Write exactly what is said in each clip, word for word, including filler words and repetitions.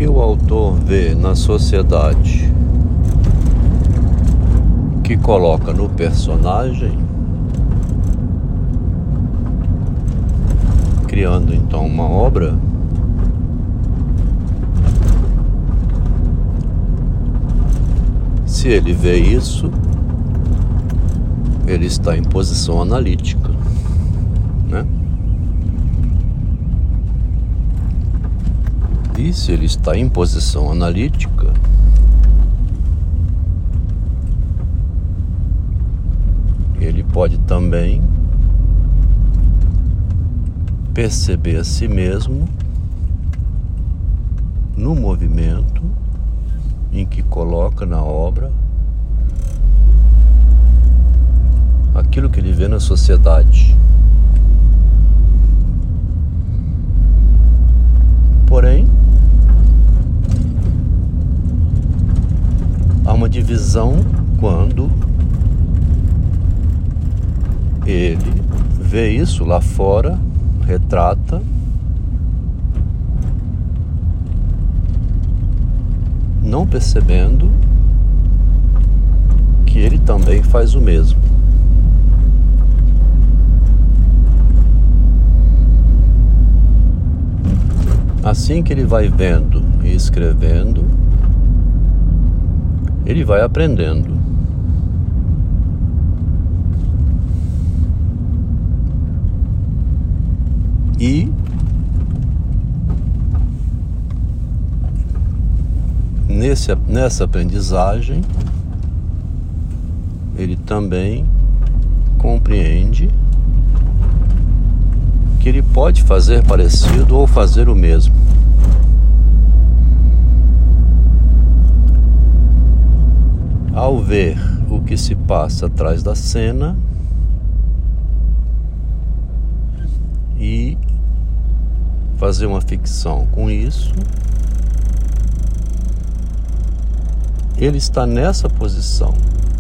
que o autor vê na sociedade que coloca no personagem, criando então uma obra, se ele vê isso, ele está em posição analítica, né? E se ele está em posição analítica, ele pode também perceber a si mesmo no movimento em que coloca na obra aquilo que ele vê na sociedade. Porém, há uma divisão quando ele vê isso lá fora, retrata, não percebendo que ele também faz o mesmo. Assim que ele vai vendo e escrevendo, ele vai aprendendo. E nesse, nessa aprendizagem, ele também compreende que ele pode fazer parecido ou fazer o mesmo. Ao ver o que se passa atrás da cena e fazer uma ficção com isso, ele está nessa posição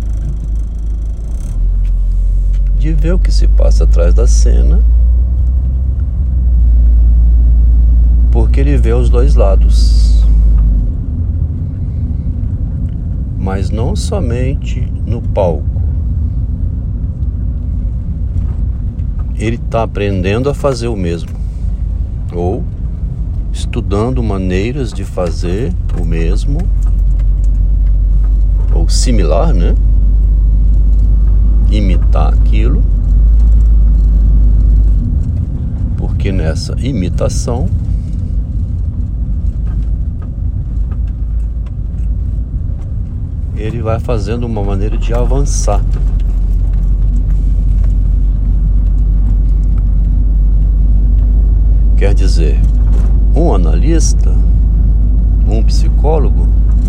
de ver o que se passa atrás da cena, porque ele vê os dois lados, mas não somente no palco. Ele está aprendendo a fazer o mesmo, ou estudando maneiras de fazer o mesmo, ou similar, né? Imitar aquilo, porque nessa imitação ele vai fazendo uma maneira de avançar. Quer dizer, um analista, um psicólogo,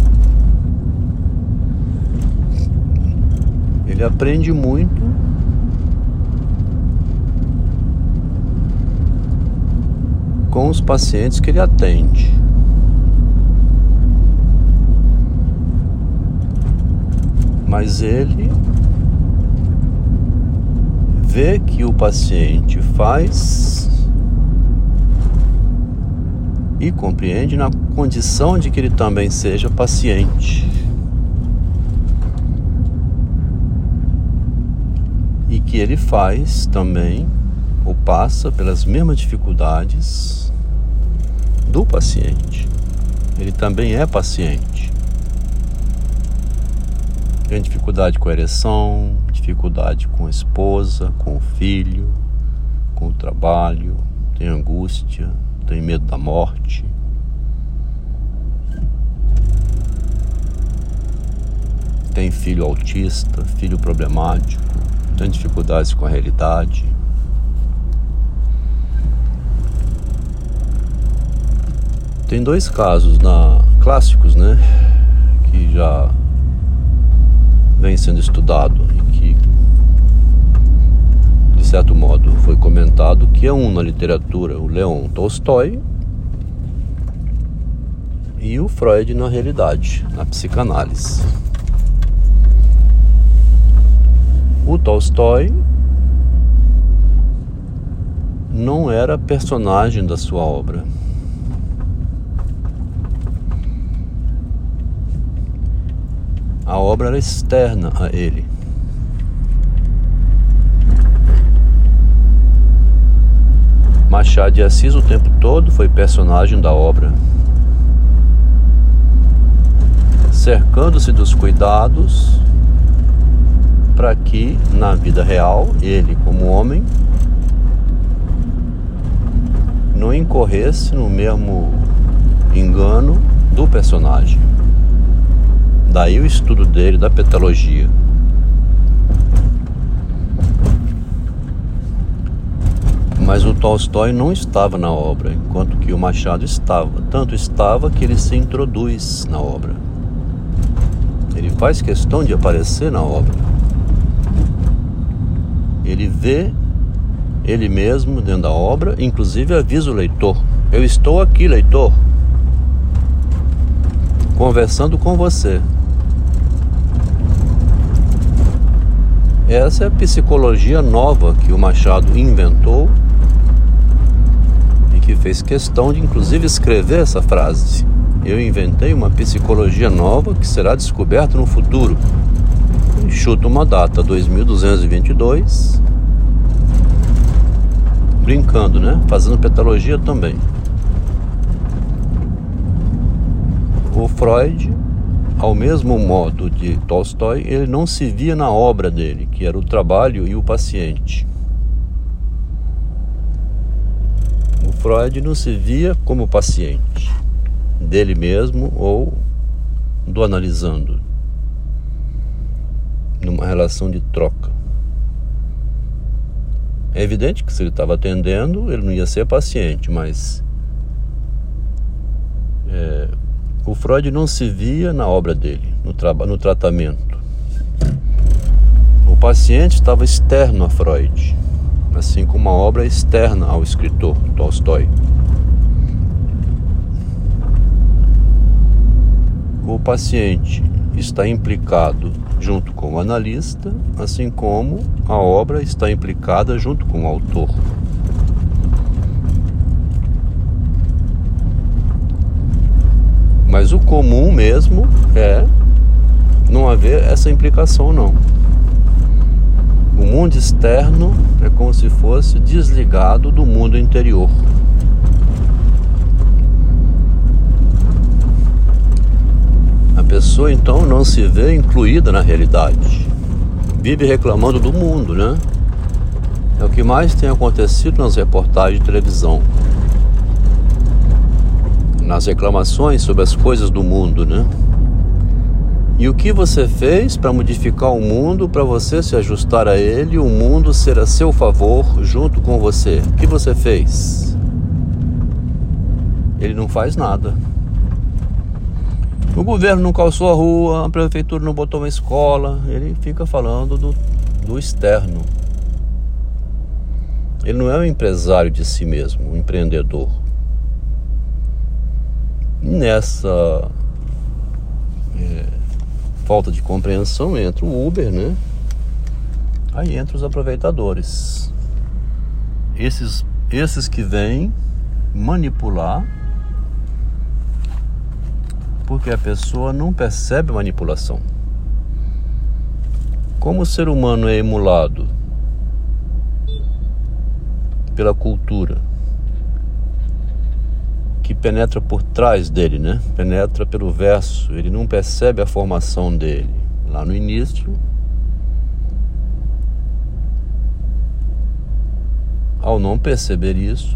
ele aprende muito com os pacientes que ele atende. Mas ele vê que o paciente faz e compreende na condição de que ele também seja paciente. E que ele faz também, ou passa pelas mesmas dificuldades do paciente. Ele também é paciente. Tem dificuldade com a ereção, dificuldade com a esposa, com o filho, com o trabalho, tem angústia, tem medo da morte. Tem filho autista, filho problemático, tem dificuldades com a realidade. Tem dois casos na, clássicos, né, que já vem sendo estudado e que, de certo modo, foi comentado, que é um na literatura, o Leon Tolstói, e o Freud na realidade, na psicanálise. O Tolstói não era personagem da sua obra. A obra era externa a ele. Machado de Assis o tempo todo foi personagem da obra, cercando-se dos cuidados para que, na vida real, ele, como homem, não incorresse no mesmo engano do personagem. Daí o estudo dele da petalogia. Mas o Tolstói não estava na obra, enquanto que o Machado estava. Tanto estava que ele se introduz na obra. Ele faz questão de aparecer na obra. Ele vê ele mesmo dentro da obra, inclusive avisa o leitor: eu estou aqui, leitor, conversando com você. Essa é a psicologia nova que o Machado inventou e que fez questão de inclusive escrever essa frase: eu inventei uma psicologia nova que será descoberta no futuro. E chuta uma data, dois mil duzentos e vinte e dois, brincando, né? Fazendo petalogia também. O Freud, ao mesmo modo de Tolstói, ele não se via na obra dele, que era o trabalho e o paciente. O Freud não se via como paciente dele mesmo ou do analisando, numa relação de troca. É evidente que se ele estava atendendo, ele não ia ser paciente, mas é, o Freud não se via na obra dele, no, tra- no tratamento. O paciente estava externo a Freud, assim como a obra é externa ao escritor Tolstói. O paciente está implicado junto com o analista, assim como a obra está implicada junto com o autor. Mas o comum mesmo é não haver essa implicação, não. O mundo externo é como se fosse desligado do mundo interior. A pessoa então não se vê incluída na realidade. Vive reclamando do mundo, né? É o que mais tem acontecido nas reportagens de televisão. Nas reclamações sobre as coisas do mundo, né? E o que você fez para modificar o mundo, para você se ajustar a ele, o mundo ser a seu favor junto com você? O que você fez? Ele não faz nada. O governo não calçou a rua, a prefeitura não botou uma escola. Ele fica falando do, do externo. Ele não é um empresário de si mesmo, um empreendedor. Nessa é, falta de compreensão entra o Uber, né? Aí entra os aproveitadores. Esses, esses que vêm manipular, porque a pessoa não percebe a manipulação. Como o ser humano é emulado pela cultura, que penetra por trás dele, né? Penetra pelo verso, ele não percebe a formação dele. Lá no início, ao não perceber isso,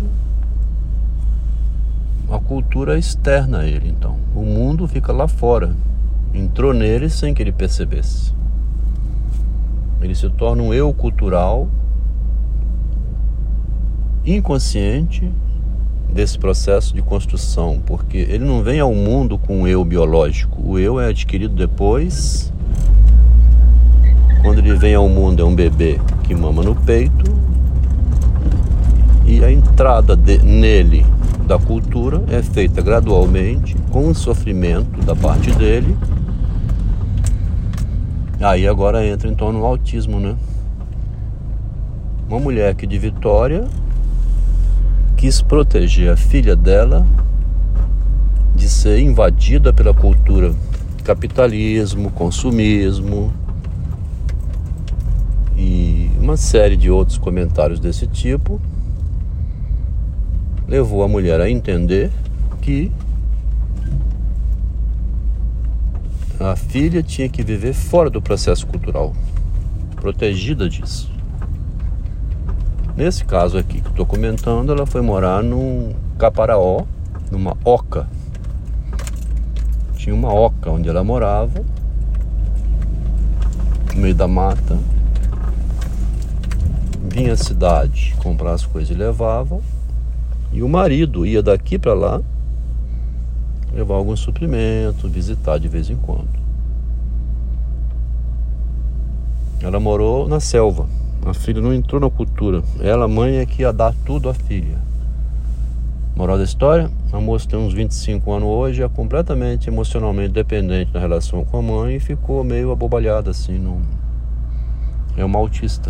a cultura é externa a ele, então. O mundo fica lá fora. Entrou nele sem que ele percebesse. Ele se torna um eu cultural, inconsciente desse processo de construção, porque ele não vem ao mundo com um eu biológico. O eu é adquirido depois. Quando ele vem ao mundo é um bebê que mama no peito, e a entrada de, nele da cultura é feita gradualmente, com o sofrimento da parte dele. Aí agora entra então no autismo, né? Uma mulher que de Vitória quis proteger a filha dela de ser invadida pela cultura capitalismo, consumismo e uma série de outros comentários desse tipo, levou a mulher a entender que a filha tinha que viver fora do processo cultural, protegida disso. Nesse caso aqui que eu estou comentando, ela foi morar num caparaó, numa oca. Tinha uma oca onde ela morava, no meio da mata. Vinha à cidade comprar as coisas e levava. E o marido ia daqui para lá levar algum suprimento, visitar de vez em quando. Ela morou na selva. A filha não entrou na cultura. Ela, mãe, é que ia dar tudo à filha. Moral da história, a moça tem uns vinte e cinco anos hoje, é completamente emocionalmente dependente na relação com a mãe e ficou meio abobalhada assim. Não... É uma autista.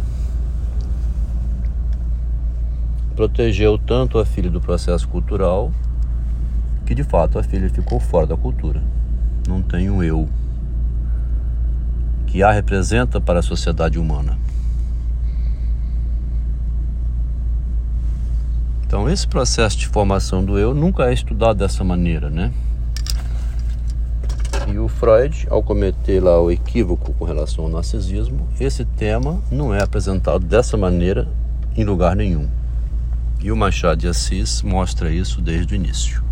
Protegeu tanto a filha do processo cultural que de fato a filha ficou fora da cultura. Não tem um eu que a representa para a sociedade humana. Então esse processo de formação do eu nunca é estudado dessa maneira, né? E o Freud, ao cometer lá o equívoco com relação ao narcisismo, esse tema não é apresentado dessa maneira em lugar nenhum. E o Machado de Assis mostra isso desde o início.